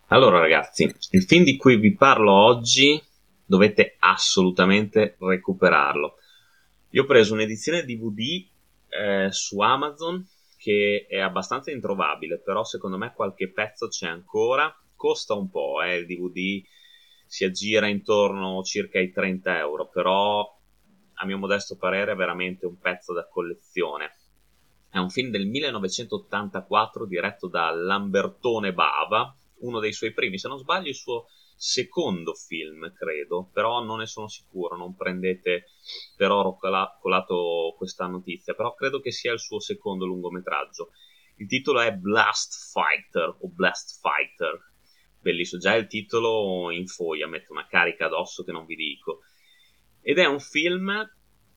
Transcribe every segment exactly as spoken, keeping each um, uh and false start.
Allora ragazzi, il film di cui vi parlo oggi dovete assolutamente recuperarlo. Io ho preso un'edizione D V D eh, su Amazon che è abbastanza introvabile, però secondo me qualche pezzo c'è ancora. Costa un po', eh, il D V D si aggira intorno circa ai trenta euro, però a mio modesto parere è veramente un pezzo da collezione. È un film del millenovecentottantaquattro diretto da Lambertone Bava, uno dei suoi primi, se non sbaglio il suo secondo film, credo, però non ne sono sicuro, non prendete per oro cola- colato questa notizia, però credo che sia il suo secondo lungometraggio. Il titolo è Blast Fighter o Blast Fighter, bellissimo, già il titolo in foglia mette una carica addosso che non vi dico. Ed è un film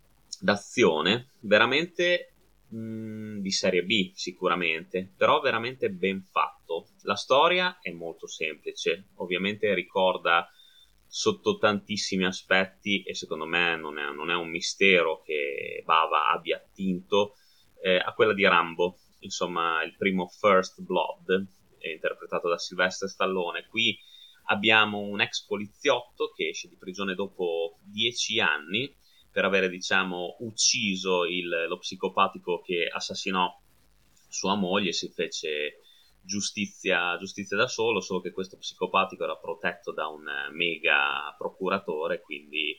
d'azione veramente mh, di serie B sicuramente, però veramente ben fatto. La storia è molto semplice, ovviamente ricorda sotto tantissimi aspetti e secondo me non è, non è un mistero che Bava abbia attinto eh, a quella di Rambo, insomma il primo First Blood, eh, interpretato da Sylvester Stallone. Qui abbiamo un ex poliziotto che esce di prigione dopo dieci anni per avere, diciamo, ucciso il, lo psicopatico che assassinò sua moglie, si fece giustizia, giustizia da solo, solo che questo psicopatico era protetto da un mega procuratore, quindi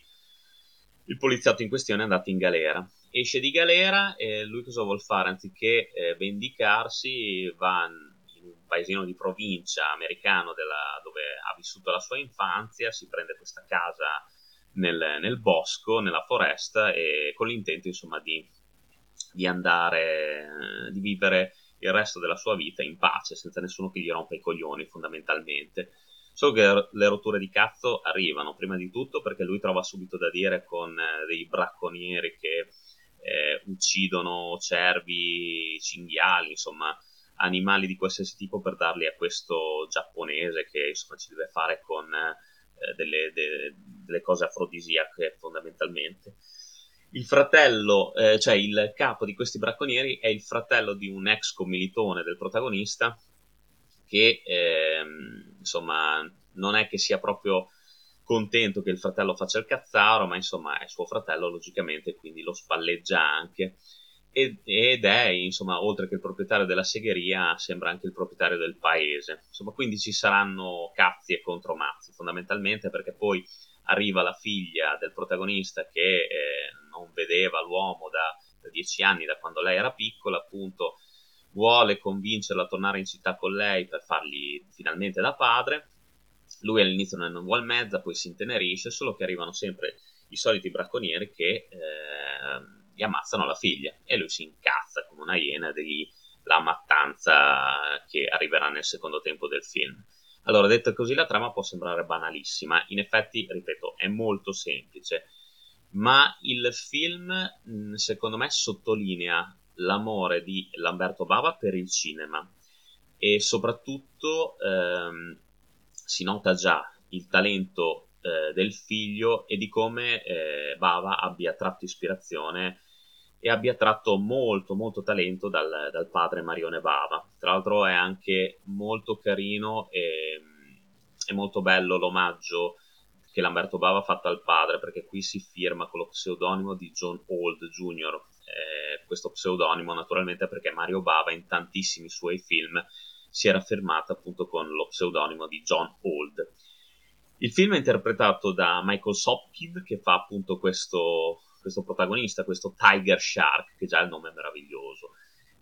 il poliziotto in questione è andato in galera. Esce di galera e lui cosa vuol fare? Anziché eh, vendicarsi, va in un paesino di provincia americano della, dove ha vissuto la sua infanzia, si prende questa casa nel, nel bosco, nella foresta, e con l'intento insomma di, di andare, eh, di vivere il resto della sua vita in pace, senza nessuno che gli rompa i coglioni fondamentalmente. Solo che le rotture di cazzo arrivano, prima di tutto perché lui trova subito da dire con eh, dei bracconieri che eh, uccidono cervi, cinghiali, insomma animali di qualsiasi tipo per darli a questo giapponese che insomma ci deve fare con eh, delle, de, delle cose afrodisiache fondamentalmente. Il fratello, eh, cioè il capo di questi bracconieri è il fratello di un ex commilitone del protagonista che ehm, insomma non è che sia proprio contento che il fratello faccia il cazzaro, ma insomma è suo fratello logicamente, quindi lo spalleggia anche. Ed, ed è, insomma, oltre che il proprietario della segheria, sembra anche il proprietario del paese. Insomma, quindi ci saranno cazzi e contromazzi, fondamentalmente, perché poi arriva la figlia del protagonista che eh, non vedeva l'uomo da, da dieci anni, da quando lei era piccola, appunto, vuole convincerla a tornare in città con lei per fargli finalmente da padre. Lui all'inizio non ne vuole mezza, poi si intenerisce, solo che arrivano sempre i soliti bracconieri che eh, gli ammazzano la figlia e lui si incazza come una iena di la mattanza che arriverà nel secondo tempo del film. Allora, detto così, la trama può sembrare banalissima, in effetti, ripeto, è molto semplice, ma il film, secondo me, sottolinea l'amore di Lamberto Bava per il cinema e soprattutto ehm, si nota già il talento eh, del figlio e di come eh, Bava abbia tratto ispirazione e abbia tratto molto molto talento dal, dal padre Marione Bava. Tra l'altro è anche molto carino e è molto bello l'omaggio che Lamberto Bava ha fatto al padre, perché qui si firma con lo pseudonimo di John Old junior Eh, questo pseudonimo naturalmente perché Mario Bava in tantissimi suoi film si era firmato appunto con lo pseudonimo di John Old. Il film è interpretato da Michael Sopkin, che fa appunto questo, questo protagonista, questo Tiger Shark, che già il nome è meraviglioso,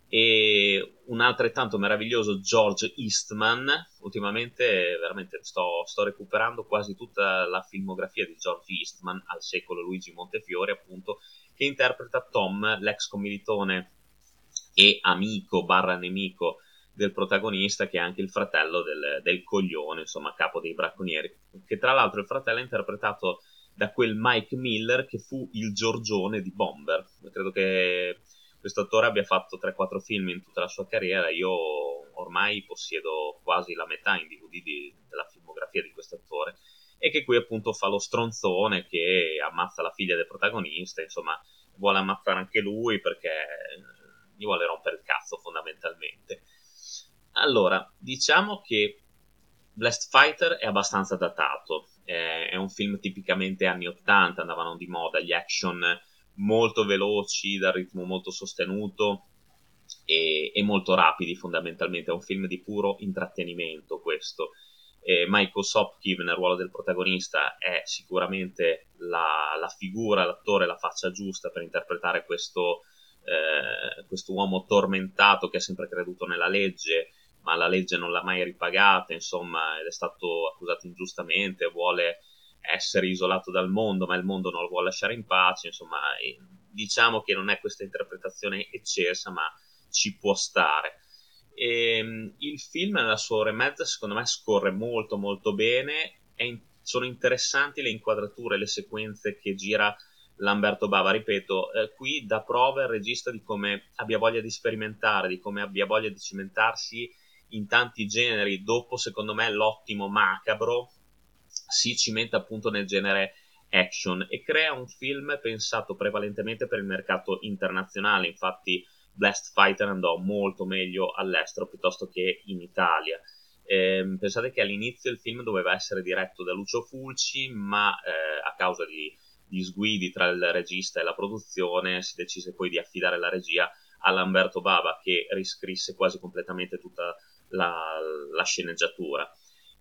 e un altrettanto meraviglioso George Eastman. Ultimamente veramente sto, sto recuperando quasi tutta la filmografia di George Eastman, al secolo Luigi Montefiore appunto, che interpreta Tom, l'ex commilitone e amico barra nemico del protagonista, che è anche il fratello del, del coglione, insomma capo dei bracconieri, che tra l'altro il fratello è interpretato da quel Mike Miller che fu il Giorgione di Bomber. Credo che questo attore abbia fatto tre quattro film in tutta la sua carriera. Io ormai possiedo quasi la metà in D V D di, della filmografia di questo attore, e che qui appunto fa lo stronzone che ammazza la figlia del protagonista, insomma vuole ammazzare anche lui perché gli vuole rompere il cazzo fondamentalmente. Allora, diciamo che Blast Fighter è abbastanza datato, è, è un film tipicamente anni ottanta, andavano di moda gli action molto veloci, dal ritmo molto sostenuto e, e molto rapidi fondamentalmente, è un film di puro intrattenimento questo. E Michael Sopkiff nel ruolo del protagonista è sicuramente la, la figura, l'attore, la faccia giusta per interpretare questo, eh, questo uomo tormentato che ha sempre creduto nella legge, ma la legge non l'ha mai ripagata, insomma, ed è stato accusato ingiustamente, vuole essere isolato dal mondo, ma il mondo non lo vuole lasciare in pace, insomma, diciamo che non è questa interpretazione eccelsa, ma ci può stare. E, il film nella sua ora e mezza secondo me scorre molto molto bene, è in, sono interessanti le inquadrature, le sequenze che gira Lamberto Bava, ripeto, eh, qui dà prova il regista di come abbia voglia di sperimentare, di come abbia voglia di cimentarsi in tanti generi. Dopo, secondo me, l'ottimo macabro si cimenta appunto nel genere action e crea un film pensato prevalentemente per il mercato internazionale. Infatti Blast Fighter andò molto meglio all'estero piuttosto che in Italia. Eh, pensate che all'inizio il film doveva essere diretto da Lucio Fulci, ma eh, a causa di, di sguidi tra il regista e la produzione si decise poi di affidare la regia a Lamberto Bava, che riscrisse quasi completamente tutta la, la sceneggiatura.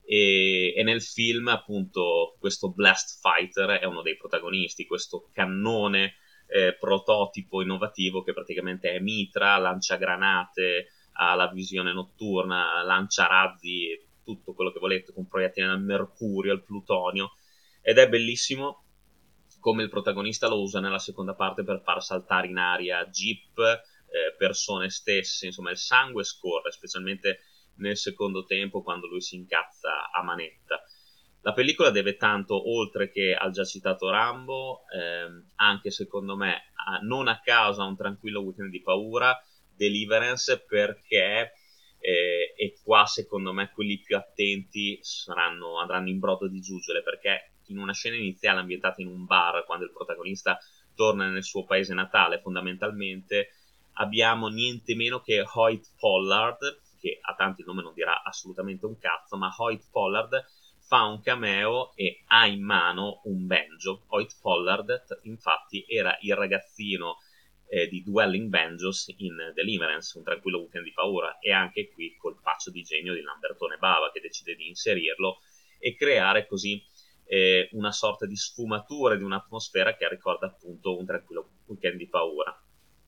E, e nel film appunto questo Blast Fighter è uno dei protagonisti, questo cannone eh, prototipo innovativo che praticamente è mitra, lancia granate, ha la visione notturna, lancia razzi, tutto quello che volete, con proiettili al mercurio, al plutonio, ed è bellissimo come il protagonista lo usa nella seconda parte per far saltare in aria jeep, eh, persone stesse, insomma il sangue scorre, specialmente nel secondo tempo quando lui si incazza a manetta. La pellicola deve tanto, oltre che al già citato Rambo, ehm, anche secondo me, a, non a causa un tranquillo weekend di paura, Deliverance, perché eh, e qua secondo me quelli più attenti saranno, andranno in brodo di giuggiole, perché in una scena iniziale ambientata in un bar, quando il protagonista torna nel suo paese natale fondamentalmente, abbiamo niente meno che Hoyt Pollard, che a tanti il nome non dirà assolutamente un cazzo, ma Hoyt Pollard fa un cameo e ha in mano un banjo. Hoyt Pollard infatti era il ragazzino eh, di Dwelling Banjos in Deliverance, un tranquillo weekend di paura, e anche qui col paccio di genio di Lambertone Bava, che decide di inserirlo e creare così eh, una sorta di sfumatura di un'atmosfera che ricorda appunto un tranquillo weekend di paura.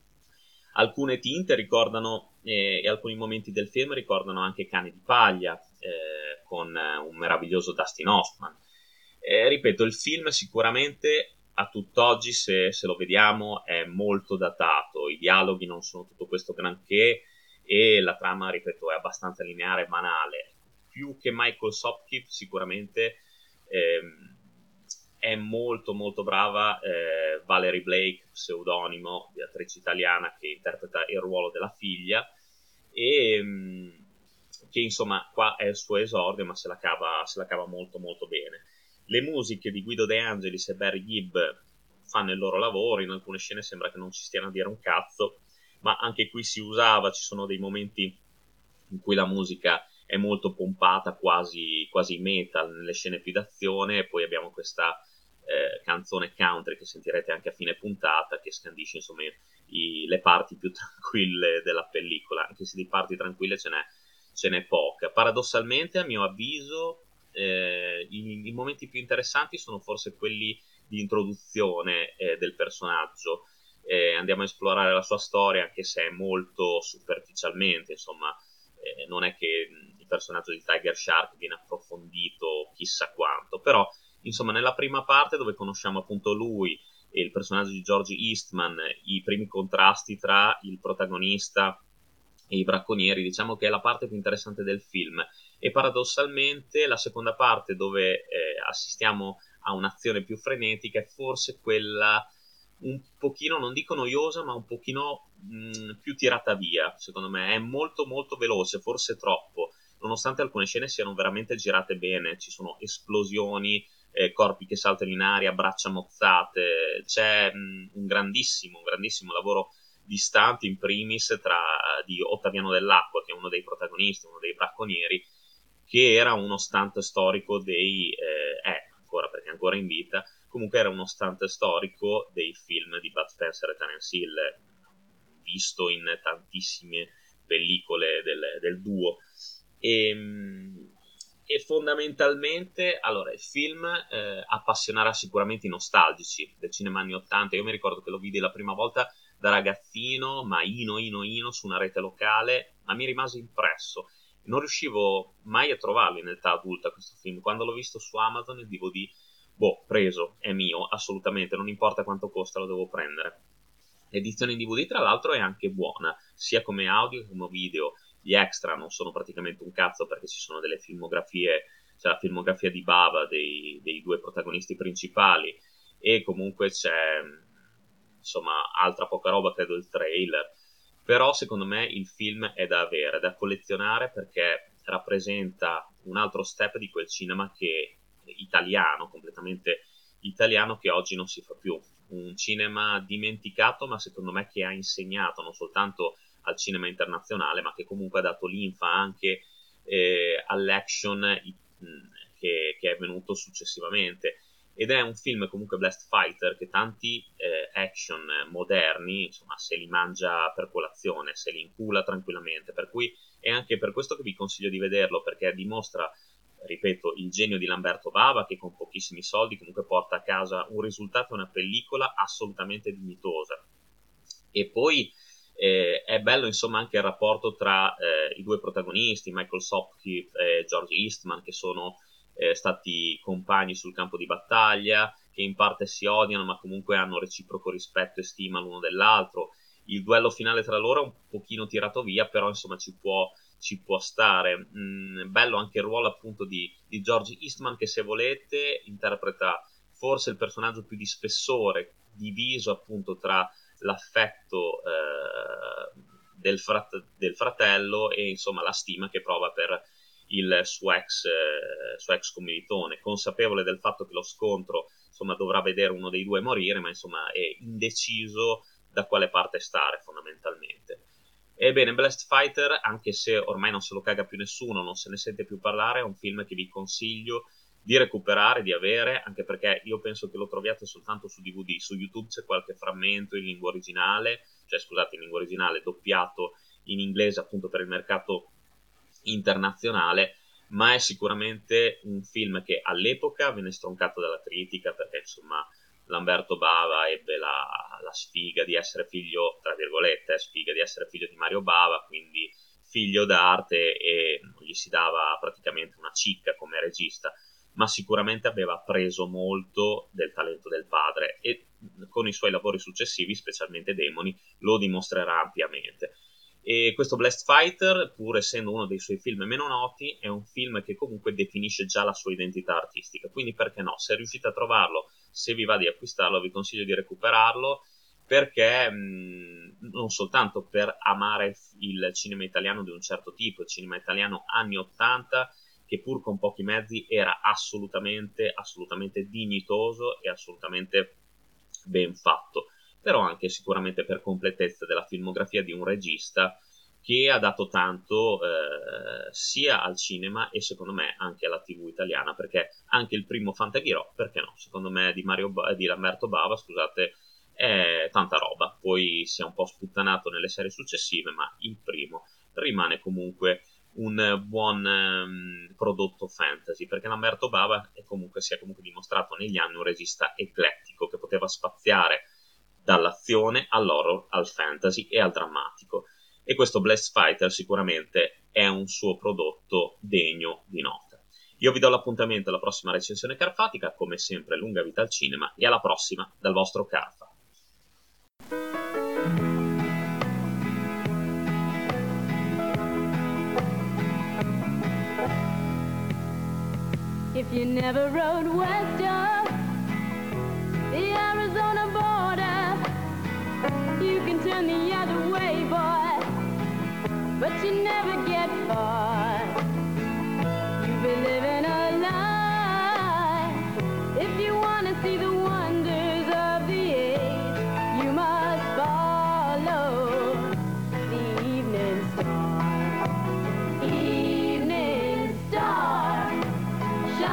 Alcune tinte ricordano eh, e alcuni momenti del film ricordano anche Cane di paglia, eh, con eh, un meraviglioso Dustin Hoffman. Eh, ripeto, il film sicuramente a tutt'oggi, se, se lo vediamo, è molto datato, i dialoghi non sono tutto questo granché e la trama, ripeto, è abbastanza lineare e banale. Più che Michael Sopkiff sicuramente ehm, è molto molto brava eh, Valerie Blake, pseudonimo di attrice italiana che interpreta il ruolo della figlia e mh, che insomma qua è il suo esordio, ma se la cava, se la cava molto molto bene. Le musiche di Guido De Angelis e Barry Gibb fanno il loro lavoro, in alcune scene sembra che non ci stiano a dire un cazzo, ma anche qui si usava, ci sono dei momenti in cui la musica è molto pompata, quasi, quasi metal nelle scene più d'azione, e poi abbiamo questa eh, canzone country che sentirete anche a fine puntata, che scandisce insomma i, le parti più tranquille della pellicola, anche se di parti tranquille ce n'è, ce n'è poca. Paradossalmente, a mio avviso, eh, i, i momenti più interessanti sono forse quelli di introduzione eh, del personaggio. Eh, andiamo a esplorare la sua storia, anche se è molto superficialmente, insomma, eh, non è che il personaggio di Tiger Shark viene approfondito chissà quanto, però insomma nella prima parte, dove conosciamo appunto lui e il personaggio di George Eastman, i primi contrasti tra il protagonista e i bracconieri, diciamo che è la parte più interessante del film. E paradossalmente la seconda parte, dove eh, assistiamo a un'azione più frenetica, è forse quella un pochino, non dico noiosa, ma un pochino mh, più tirata via, secondo me. È molto molto veloce, forse troppo, nonostante alcune scene siano veramente girate bene, ci sono esplosioni, eh, corpi che saltano in aria, braccia mozzate, c'è mh, un grandissimo, un grandissimo lavoro di stunt in primis tra di Ottaviano Dell'Acqua, che è uno dei protagonisti, uno dei bracconieri, che era uno stunt storico dei eh, eh, ancora perché è ancora in vita, comunque era uno stunt storico dei film di Bud Spencer e Terence Hill, visto in tantissime pellicole del, del duo. E, e fondamentalmente, allora, il film eh, appassionerà sicuramente i nostalgici del cinema anni ottanta. Io mi ricordo che lo vidi la prima volta da ragazzino, ma ino ino ino su una rete locale, ma mi rimase impresso. Non riuscivo mai a trovarlo in età adulta questo film. Quando l'ho visto su Amazon, il D V D, boh, preso, è mio, assolutamente, non importa quanto costa, lo devo prendere. L'edizione in D V D, tra l'altro, è anche buona, sia come audio che come video. Gli extra non sono praticamente un cazzo, perché ci sono delle filmografie, c'è la filmografia di Bava dei, dei due protagonisti principali, e comunque c'è, insomma, altra poca roba, credo il trailer. Però secondo me il film è da avere, da collezionare, perché rappresenta un altro step di quel cinema che italiano, completamente italiano, che oggi non si fa più. Un cinema dimenticato, ma secondo me che ha insegnato non soltanto al cinema internazionale, ma che comunque ha dato linfa anche eh, all'action che, che è venuto successivamente. Ed è un film, comunque, Blast Fighter, che tanti eh, action moderni, insomma, se li mangia per colazione, se li incula tranquillamente, per cui è anche per questo che vi consiglio di vederlo, perché dimostra, ripeto, il genio di Lamberto Bava, che con pochissimi soldi comunque porta a casa un risultato, una pellicola assolutamente dignitosa. E poi eh, è bello, insomma, anche il rapporto tra eh, i due protagonisti, Michael Sopkiff e George Eastman, che sono eh, stati compagni sul campo di battaglia, che in parte si odiano, ma comunque hanno reciproco rispetto e stima l'uno dell'altro. Il duello finale tra loro è un pochino tirato via, però insomma ci può ci può stare. Mm, bello anche il ruolo, appunto, di, di George Eastman, che, se volete, interpreta forse il personaggio più di spessore, diviso appunto tra l'affetto eh, del, frat- del fratello e, insomma, la stima che prova per il suo ex, eh, suo ex commilitone, consapevole del fatto che lo scontro, insomma, dovrà vedere uno dei due morire, ma insomma è indeciso da quale parte stare, fondamentalmente. Ebbene, Blast Fighter, anche se ormai non se lo caga più nessuno, non se ne sente più parlare, è un film che vi consiglio di recuperare, di avere, anche perché io penso che lo troviate soltanto su D V D. Su YouTube c'è qualche frammento in lingua originale, cioè scusate, in lingua originale, doppiato in inglese, appunto, per il mercato internazionale, ma è sicuramente un film che all'epoca venne stroncato dalla critica, perché insomma Lamberto Bava ebbe la, la sfiga di essere figlio, tra virgolette, sfiga di essere figlio di Mario Bava, quindi figlio d'arte, e non gli si dava praticamente una cicca come regista, ma sicuramente aveva preso molto del talento del padre, e con i suoi lavori successivi, specialmente Demoni, lo dimostrerà ampiamente. E questo Blast Fighter, pur essendo uno dei suoi film meno noti, è un film che comunque definisce già la sua identità artistica, quindi perché no, se riuscite a trovarlo, se vi va di acquistarlo, vi consiglio di recuperarlo, perché mh, non soltanto per amare il cinema italiano di un certo tipo, il cinema italiano anni ottanta, che pur con pochi mezzi era assolutamente, assolutamente dignitoso e assolutamente ben fatto, però anche sicuramente per completezza della filmografia di un regista che ha dato tanto eh, sia al cinema e secondo me anche alla tivù italiana, perché anche il primo Fantaghirò, perché no, secondo me di, Mario ba- di Lamberto Bava, scusate, è tanta roba. Poi si è un po' sputtanato nelle serie successive, ma il primo rimane comunque un buon um, prodotto fantasy, perché Lamberto Bava è comunque, si è comunque dimostrato negli anni un regista eclettico che poteva spaziare dall'azione all'horror, al fantasy e al drammatico, e questo Blast Fighter sicuramente è un suo prodotto degno di nota. Io vi do l'appuntamento alla prossima recensione carfatica, come sempre lunga vita al cinema, e alla prossima dal vostro Carfa. If you never rode west of the Arizona border, you can turn the other way, boy, but you never get far. You've been living a lie. If you want to see the wonders of the age, you must follow the evening star. Evening star.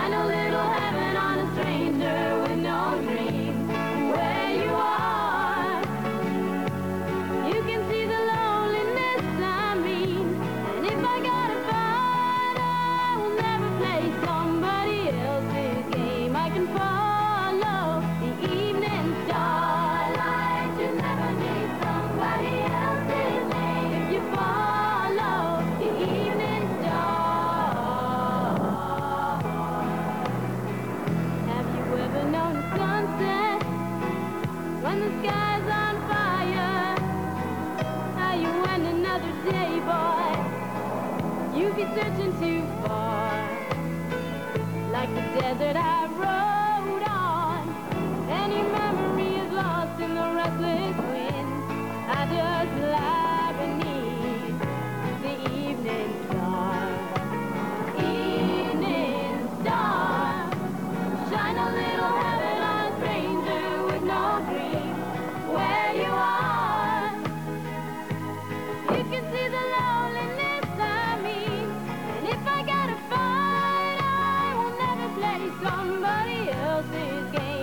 Shine a little heaven on a stranger with no dream. Where you are, you can see the loneliness I mean. And if I gotta fight, I will never play somebody else's game. I can follow the evening starlight. You never need somebody else's name. If you follow the evening star. Have you ever known a sunset when the sky's on fire? How you went another day, boy, you'd be searching too far. Like the desert I rode on, any memory is lost in the restless wind. I just lie beneath the evening star. Evening star, shine a little heaven on a stranger with no dream. Where you are, you can see the loneliness I mean. And if I gotta fight, I will never play somebody else's game.